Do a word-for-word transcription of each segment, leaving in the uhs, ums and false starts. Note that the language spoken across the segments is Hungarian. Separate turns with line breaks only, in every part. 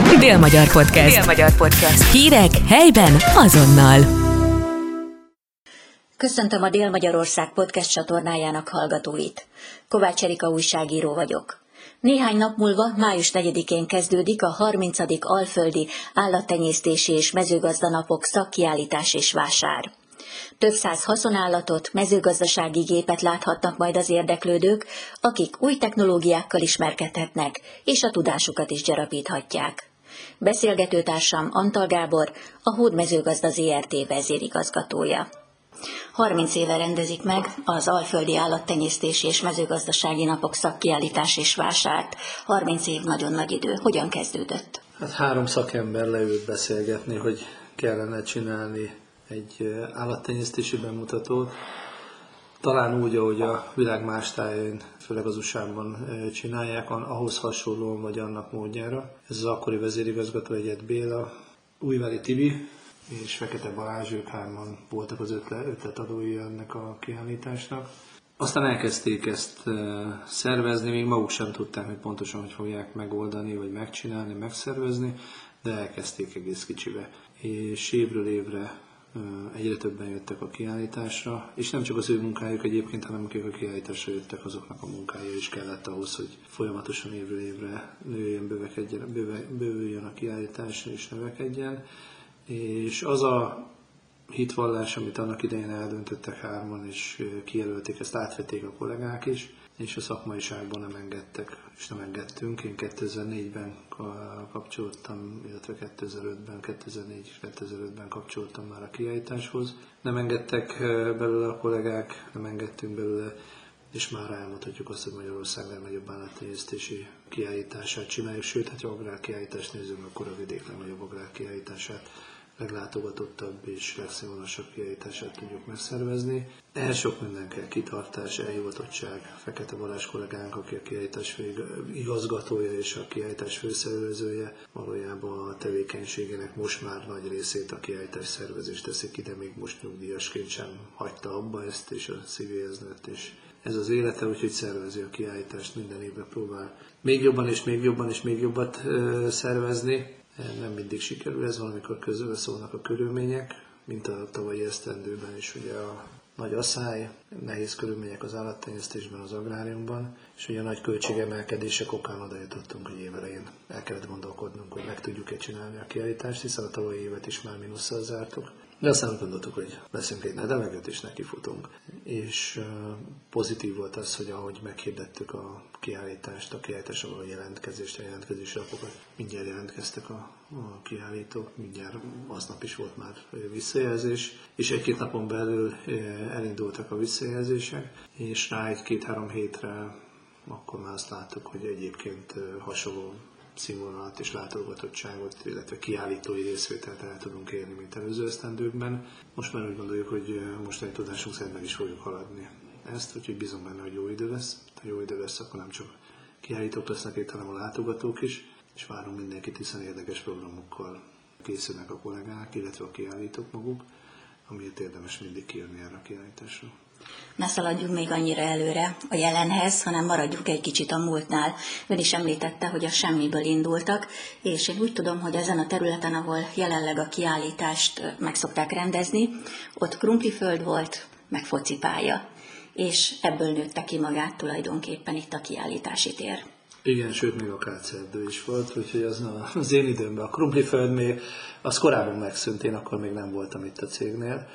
Dél-Magyar Podcast. Dél-Magyar Podcast. Hírek helyben azonnal.
Köszöntöm a Dél-Magyarország Podcast csatornájának hallgatóit. Kovács Erika újságíró vagyok. Néhány nap múlva, május negyedikén kezdődik a harmincadik Alföldi Állattenyésztési és Mezőgazdanapok szakkiállítás és vásár. Több száz haszonállatot, mezőgazdasági gépet láthatnak majd az érdeklődők, akik új technológiákkal ismerkedhetnek, és a tudásukat is gyarapíthatják. Beszélgetőtársam Antal Gábor, a Hód Mezőgazda zé er té vezérigazgatója. harminc éve rendezik meg az Alföldi Állattenyésztési és Mezőgazdasági Napok szakkiállítás és vásárt. harminc év nagyon nagy idő. Hogyan kezdődött?
Hát három szakember leült beszélgetni, hogy kellene csinálni egy állattenyésztési bemutatót. Talán úgy, ahogy a világ más tájain, főleg az u es á-ban csinálják, ahhoz hasonlóan vagy annak módjára. Ez az akkori vezérigazgató Egyed Béla, Újvári Tibi és Fekete Balázs, ők hárman voltak az ötletadói ennek a kiállításnak. Aztán elkezdték ezt szervezni, még maguk sem tudták, hogy pontosan hogy fogják megoldani, vagy megcsinálni, megszervezni, de elkezdték egész kicsibe. És évről évre egyre többen jöttek a kiállításra, és nem csak az ő munkájuk egyébként, hanem akik a kiállításra jöttek, azoknak a munkája is kellett ahhoz, hogy folyamatosan évről évre nőjön, bővekedjen, bőve, bővüljön a kiállítás és növekedjen. És az a hitvallás, amit annak idején eldöntöttek hárman, és kijelölték, ezt átvették a kollégák is, és a szakmaiságban nem engedtek, és nem engedtünk. Én kétezer-négyben kapcsoltam, illetve kétezer-ötben, kétezer-négy és kétezer-ötben kapcsoltam már a kiállításhoz. Nem engedtek belőle a kollégák, nem engedtünk belőle, és már elmondhatjuk azt, hogy Magyarország legnagyobb állattenyésztési kiállítását csináljuk, sőt, ha agrárkiállítást nézünk, akkor a vidék legnagyobb agrárkiállítását, leglátogatottabb és legszínvonalasabb kiállítását tudjuk megszervezni. Ehhez sok minden kell, kitartás, elhivatottság. Fekete Balázs kollégánk, aki a kiállítás főigazgatója és a kiállítás főszervezője, valójában a tevékenységének most már nagy részét a kiállítás szervezést teszik ki, de még most nyugdíjasként sem hagyta abba ezt, és a szívéhez nőtt, és ez az élete, úgyhogy szervezi a kiállítást, minden évben próbál még jobban és még jobban és még jobbat ö, szervezni. Nem mindig sikerül ez, valamikor közül szólnak a körülmények, mint a tavalyi esztendőben is ugye a nagy asszály, nehéz körülmények az állattenyésztésben, az agráriumban, és ugye a nagy költségemelkedések okán oda jutottunk, hogy évelején el kellett gondolkodnunk, hogy meg tudjuk-e csinálni a kiállítást, hiszen a tavalyi évet is már mínusszal zártuk. De aztán úgy gondoltuk, hogy veszünk egy nedeleget és nekifutunk. És pozitív volt az, hogy ahogy meghirdettük a kiállítást, a kiállításra való jelentkezést, a jelentkezési lapokat, mindjárt jelentkeztek a, a kiállítók, mindjárt aznap is volt már visszajelzés, és egy-két napon belül elindultak a visszajelzések, és rá egy-két-három hétre akkor már azt láttuk, hogy egyébként hasonló színvonalat és látogatottságot, illetve kiállítói részvételt el tudunk érni, mint előző esztendőkben. Most már úgy gondoljuk, hogy mostani tudásunk szerint meg is fogjuk haladni ezt, úgyhogy bízom benne, hogy jó idő lesz. Ha jó idő lesz, akkor nem csak kiállítók lesznek itt, hanem a látogatók is, és várunk mindenkit, hiszen érdekes programokkal készülnek a kollégák, illetve a kiállítók maguk, amiért érdemes mindig kijönni erre a kiállításra.
Ne szaladjunk még annyira előre a jelenhez, hanem maradjunk egy kicsit a múltnál. Ön is említette, hogy a semmiből indultak, és én úgy tudom, hogy ezen a területen, ahol jelenleg a kiállítást meg szokták rendezni, ott krumpliföld volt, meg focipálya, és ebből nőtte ki magát tulajdonképpen itt a kiállítási tér.
Igen, sőt, még akácerdő is volt, úgyhogy az az én időmben a krumpliföld még, az korábban megszűnt, én akkor még nem voltam itt a cégnél.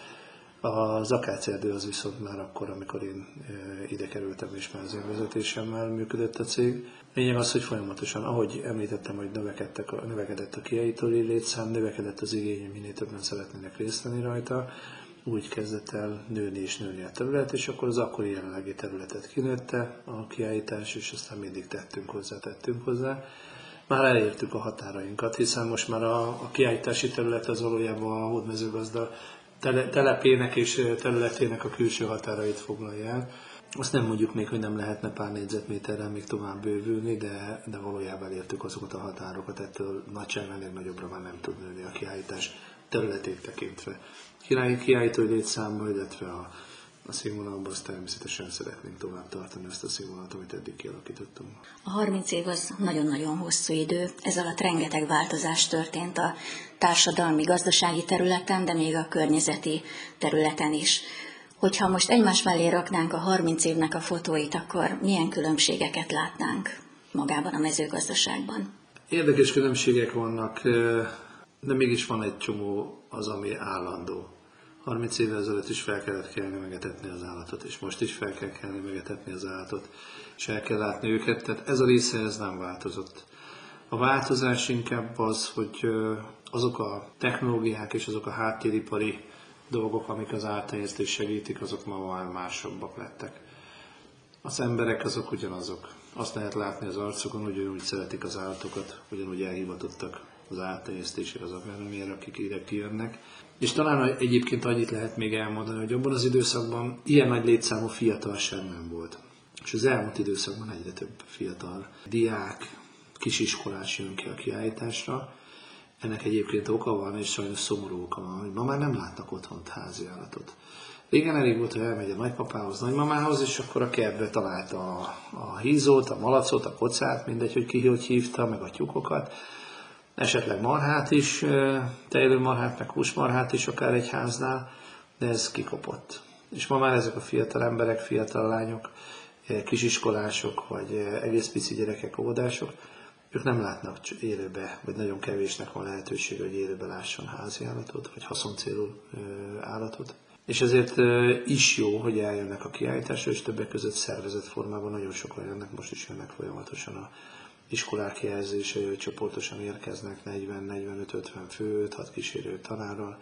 Az akácerdő az viszont már akkor, amikor én ide kerültem, és már az én vezetésemmel működött a cég. Lényeg az, hogy folyamatosan, ahogy említettem, hogy növekedtek a, növekedett a kiállítói létszám, növekedett az igény, hogy minél többen szeretnének részt venni rajta, úgy kezdett el nőni és nőni a terület, és akkor az akkori jelenlegi területet kinőtte a kiállítás, és aztán mindig tettünk hozzá, tettünk hozzá. Már elértük a határainkat, hiszen most már a, a kiállítási terület az valójában a Hód Mezőgazda tele, telepének és területének a külső határait foglalja el. Azt nem mondjuk még, hogy nem lehetne pár négyzetméterrel még tovább bővülni, de, de valójában elértük azokat a határokat, ettől nagyságrendnél nagyobbra már nem tud nőni a kiállítás területét tekintve. Királyi kiállítói létszámba, illetve a a színvonalban, azt természetesen szeretnénk tovább tartani ezt a színvonalat, amit eddig kialakítottunk.
A harminc év az nagyon-nagyon hosszú idő, ez alatt rengeteg változás történt a társadalmi, gazdasági területen, de még a környezeti területen is. Hogyha most egymás mellé raknánk a harminc évnek a fotóit, akkor milyen különbségeket látnánk magában a mezőgazdaságban?
Érdekes különbségek vannak, de mégis van egy csomó az, ami állandó. harminc évvel ezelőtt is fel kellett kelni, megetetni az állatot, és most is fel kell kelni, megetetni az állatot, és el kell látni őket, tehát ez a része ez nem változott. A változás inkább az, hogy azok a technológiák és azok a háttéripari dolgok, amik az állattenyésztést segítik, azok ma már másabbak lettek. Az emberek azok ugyanazok. Azt lehet látni az arcukon, hogy ugyanúgy szeretik az állatokat, ugyanúgy elhivatottak az állattenyésztésére, az agráriumért, akik ide kijönnek. És talán egyébként annyit lehet még elmondani, hogy abban az időszakban ilyen nagy létszámú fiatal sem nem volt. És az elmúlt időszakban egyre több fiatal diák, kisiskolás jön ki a kiállításra. Ennek egyébként oka van, és sajnos szomorú oka van, hogy ma már nem látnak otthon háziállatot. Régen elég volt, hogy elmegy a nagypapához, nagymamához, és akkor a kertbe találta a, a hízót, a malacot, a pocát, mindegy, hogy ki hogy hívta, meg a tyúkokat. Esetleg marhát is, tejlő marhát, meg húsmarhát is akár egy háznál, de ez kikopott. És ma már ezek a fiatal emberek, fiatal lányok, kisiskolások, vagy egész pici gyerekek, óvodások, ők nem látnak élőbe, vagy nagyon kevésnek van lehetőség, hogy élőbe lásson háziállatot, vagy haszoncélú állatot. És ezért is jó, hogy eljönnek a kiállításra, és többek között szervezett formában nagyon sokan jönnek, most is jönnek folyamatosan a iskolák jelzései, hogy csoportosan érkeznek negyven, negyvenöt, ötven fő, öt-hat kísérő tanárral,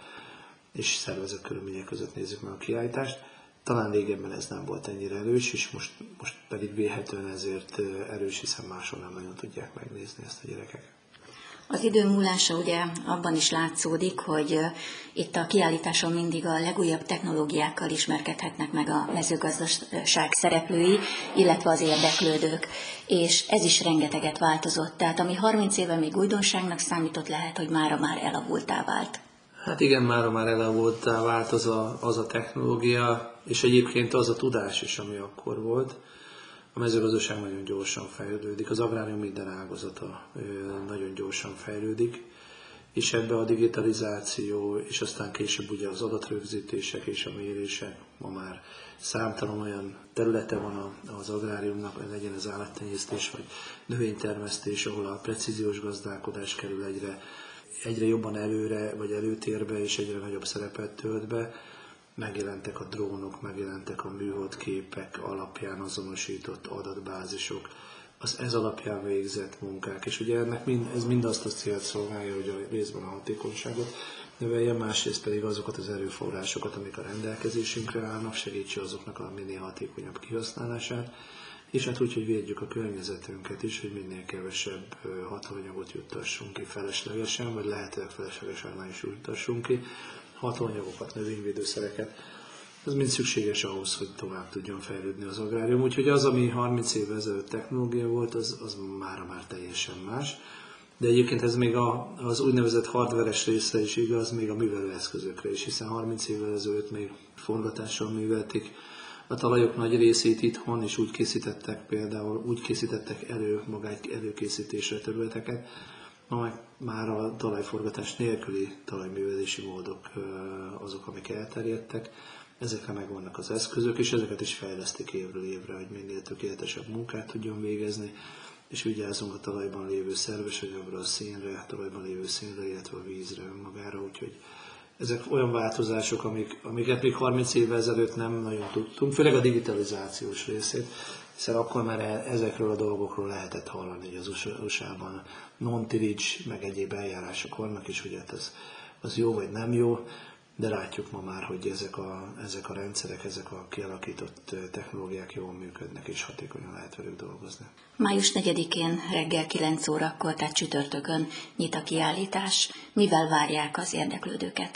és szervezett körülmények között nézzük meg a kiállítást. Talán régebben ez nem volt ennyire erős, és most, most pedig vélhetően ezért erős, hiszen máshol nem nagyon tudják megnézni ezt a gyerekek.
Az idő múlása ugye abban is látszódik, hogy itt a kiállításon mindig a legújabb technológiákkal ismerkedhetnek meg a mezőgazdaság szereplői, illetve az érdeklődők. És ez is rengeteget változott. Tehát ami harminc éve még újdonságnak számított, lehet, hogy mára már elavultá vált.
Hát igen, mára már elavultá vált az a, az a technológia, és egyébként az a tudás is, ami akkor volt. A mezőgazdaság nagyon gyorsan fejlődik, az agrárium minden ágazata nagyon gyorsan fejlődik, és ebbe a digitalizáció, és aztán később ugye az adatrögzítések és a mérések, ma már számtalan olyan területe van az agráriumnak, legyen ez állattenyésztés vagy növénytermesztés, ahol a precíziós gazdálkodás kerül egyre, egyre jobban előre, vagy előtérbe, és egyre nagyobb szerepet tölt be. Megjelentek a drónok, megjelentek a műholdképek alapján azonosított adatbázisok, az ez alapján végzett munkák, és ugye ennek mind, ez mind azt a célt szolgálja, hogy a részben a hatékonyságot növelje, másrészt pedig azokat az erőforrásokat, amik a rendelkezésünkre állnak, segítse azoknak a minél hatékonyabb kihasználását, és hát úgy, hogy védjük a környezetünket is, hogy minél kevesebb hatóanyagot juttassunk ki feleslegesen, vagy lehetőleg feleslegesen is juttassunk ki, hatóanyagokat, növényvédőszereket. Ez mind szükséges ahhoz, hogy tovább tudjon fejlődni az agrárium. Úgyhogy az, ami harminc évvel ezelőtt technológia volt, az, az mára már teljesen más. De egyébként ez még a, az úgynevezett hardveres része is igaz, még a művelőeszközökre is, hiszen harminc évvel ezelőtt még forgatással művelték a talajok nagy részét itthon, és úgy készítettek például, úgy készítettek elő magát előkészítésre területeket, ma már a talajforgatás nélküli talajművelési módok azok, amik elterjedtek. Ezekre megvannak az eszközök, és ezeket is fejlesztik évről évre, hogy minél tökéletesebb munkát tudjon végezni, és vigyázzunk a talajban lévő szerves anyagra, a szénre, a talajban lévő szénre, illetve a vízre önmagára, úgyhogy ezek olyan változások, amik, amiket még harminc évvel ezelőtt nem nagyon tudtunk, főleg a digitalizációs részét, hiszen akkor már ezekről a dolgokról lehetett hallani, hogy az u es á-ban non-tillage, meg egyéb eljárások vannak, és hogy hát ez az jó vagy nem jó, de látjuk ma már, hogy ezek a, ezek a rendszerek, ezek a kialakított technológiák jól működnek, és hatékonyan lehet velük dolgozni.
május negyedikén reggel kilenc órakor, tehát csütörtökön nyit a kiállítás. Mivel várják az érdeklődőket?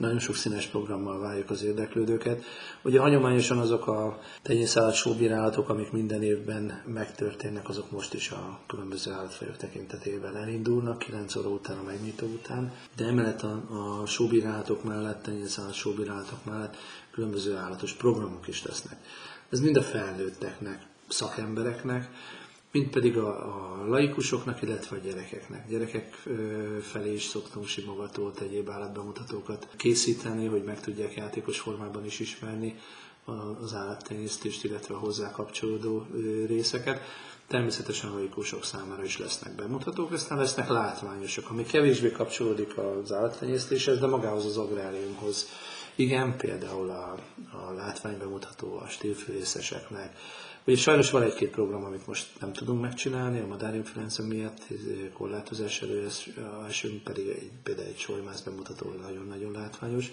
nagyon sok színes programmal várjuk az érdeklődőket. Ugye hagyományosan azok a tenyészállat sóbírálatok, amik minden évben megtörténnek, azok most is a különböző állatfajok tekintetében elindulnak, kilenc óra után, a megnyitó után, de emellett a, a sóbírálatok mellett, tenyészállat sóbírálatok mellett különböző állatos programok is lesznek. Ez mind a felnőtteknek, szakembereknek, mint pedig a, a laikusoknak, illetve a gyerekeknek. Gyerekek felé is szoktunk simogatót, egyéb állatbemutatókat készíteni, hogy meg tudják játékos formában is ismerni az állattenyésztést, illetve a hozzá kapcsolódó részeket. Természetesen a laikusok számára is lesznek bemutatók, aztán lesznek látványosak, ami kevésbé kapcsolódik az állattenyésztéshez, de magához az agráriumhoz. Igen, például a, a látványbemutató a stílfűrészeseknek. Ugye sajnos van egy-két program, amit most nem tudunk megcsinálni, a madárinfluenza miatt korlátozás esünk, pedig egy, például egy solymász bemutató nagyon-nagyon látványos,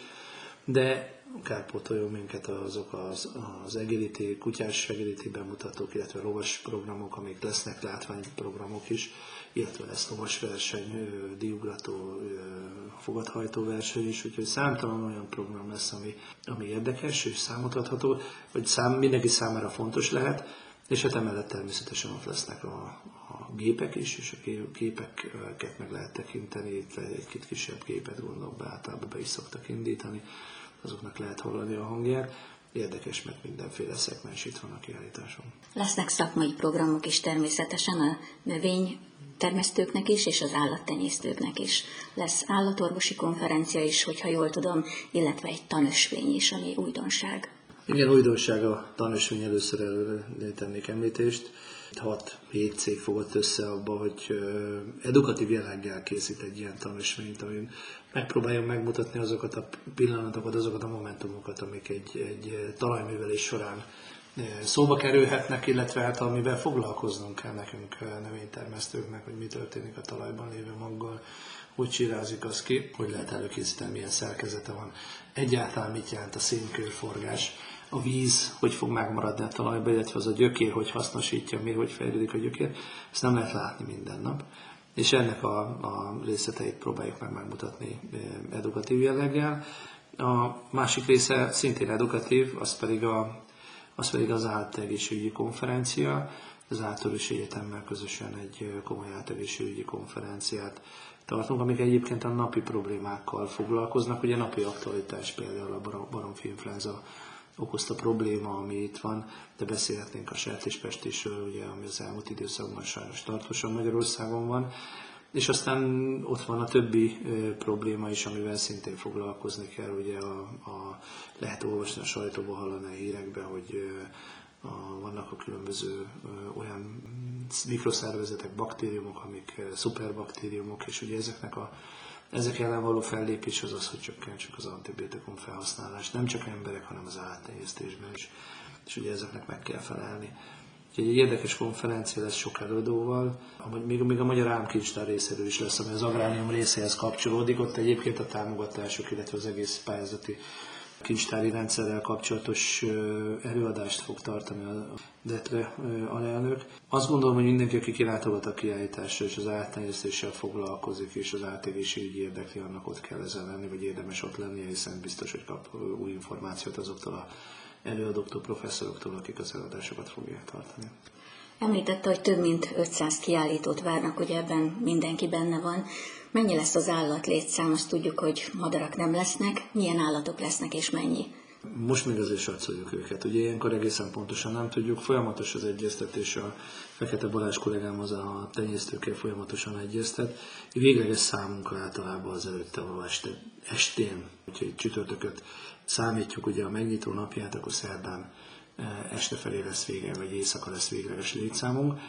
de kárpótoljon minket azok az, az agility, kutyás agility bemutatók, illetve lovas programok, amik lesznek látványprogramok is, illetve lesz lovas verseny, díjugrató, fogathajtó verseny is, úgyhogy számtalan olyan program lesz, ami, ami érdekes és számot adható, vagy szám, mindenki számára fontos lehet, és hát emellett természetesen ott lesznek a, a gépek is, és a gépeket meg lehet tekinteni, itt egy-két kisebb gépet gondolok be, általában be is szoktak indítani, azoknak lehet hallani a hangját. Érdekes, mert mindenféle szegmens itt van a kiállításon.
Lesznek szakmai programok is természetesen a növénytermesztőknek is, és az állattenyésztőknek is. Lesz állatorvosi konferencia is, hogyha jól tudom, illetve egy tanösvény is, ami újdonság.
Igen, újdonság a tanösvény, először előre tennék említést. hat-hét cég fogott össze abba, hogy edukatív jelleggel készít egy ilyen tanösvényt, amin megpróbáljon megmutatni azokat a pillanatokat, azokat a momentumokat, amik egy, egy talajművelés során szóba kerülhetnek, illetve hát amivel foglalkoznunk kell nekünk növénytermesztőknek, hogy mi történik a talajban lévő maggal, hogy csirázik az ki, hogy lehet előkészíteni, milyen szerkezete van, egyáltalán mit jelent a szénkörforgás, a víz, hogy fog megmaradni a talajba, illetve az a gyökér, hogy hasznosítja, mi, hogy fejlődik a gyökér, ezt nem lehet látni minden nap. És ennek a, a részleteit próbáljuk meg megmutatni edukatív jelleggel. A másik része szintén edukatív, az pedig, a, az, pedig az állategészségügyi konferencia. Az Állatorvosi Egyetemmel közösen egy komoly állategészségügyi konferenciát tartunk, amik egyébként a napi problémákkal foglalkoznak. Ugye napi aktualitás például a baromfi-influenza okozta probléma, ami itt van, de beszélhetnénk a sertéspestésről, ugye, ami az elmúlt időszakban sajnos tartósan Magyarországon van. És aztán ott van a többi e, probléma is, amivel szintén foglalkozni kell. Ugye a, a, lehet olvasni a sajtóban, hallani a hírekben, hogy e, a, vannak a különböző e, olyan mikroszervezetek, baktériumok, amik e, szuperbaktériumok, és ugye ezeknek a Ezek ellen való fellépés az az, hogy csökkentsük az antibiotikum felhasználást, nem csak emberek, hanem az állattenyésztésben is, és ugye ezeknek meg kell felelni. Úgyhogy egy érdekes konferencia lesz sok előadóval, még, még a Magyar Államkincstár részéről is lesz, ami az agrárium részéhez kapcsolódik, ott egyébként a támogatások, illetve az egész pályázati kincstári rendszerrel kapcsolatos előadást fog tartani a Detre alelnök. Azt gondolom, hogy mindenki, aki kilátogat a kiállításra és az állattenyésztéssel foglalkozik, és az állategészségügyi érdekli, annak ott kell ezen lenni, vagy érdemes ott lennie, hiszen biztos, hogy kap új információt azoktól az előadóktól, professzoroktól, akik az előadásokat fogják tartani.
Említette, hogy több mint ötszáz kiállítót várnak, hogy ebben mindenki benne van. Mennyi lesz az állatlétszám? Azt tudjuk, hogy madarak nem lesznek. Milyen állatok lesznek és mennyi?
Most még azért satszoljuk őket. Ugye ilyenkor egészen pontosan nem tudjuk. Folyamatos az egyeztetés, a Fekete Balázs kollégám az a tenyésztőkkel folyamatosan egyeztet. Végleges számunkra általában az előtte való este, estén, úgyhogy csütörtököt számítjuk ugye a megnyitó napját, akkor szerdán este felé lesz vége, vagy éjszaka lesz végleges létszámunk.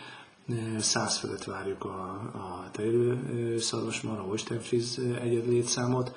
Száz fölött várjuk a, a tejlő szarvasmarha, Holstein-Fries egyed létszámot,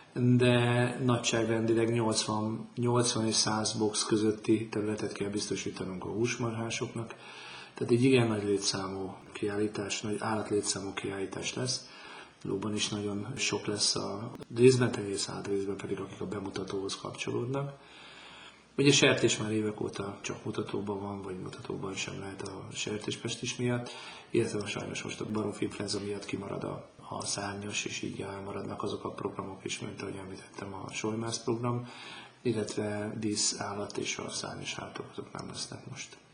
de nagyságrendileg nyolcvan, nyolcvan és száz box közötti területet kell biztosítanunk a húsmarhásoknak. Tehát egy igen nagy létszámú kiállítás, nagy állatlétszámú kiállítás lesz. Lóban is nagyon sok lesz a részben tenyész állat, részben pedig akik a bemutatóhoz kapcsolódnak. Ugye sertés már évek óta csak mutatóban van, vagy mutatóban sem lehet a sertéspestis miatt, illetve sajnos most a baromfi-influenza miatt kimarad a, a szárnyas, és így elmaradnak azok a programok is, mint ahogy említettem, a solymász program, illetve dísz állat és a szárnyas állatok azok nem lesznek most.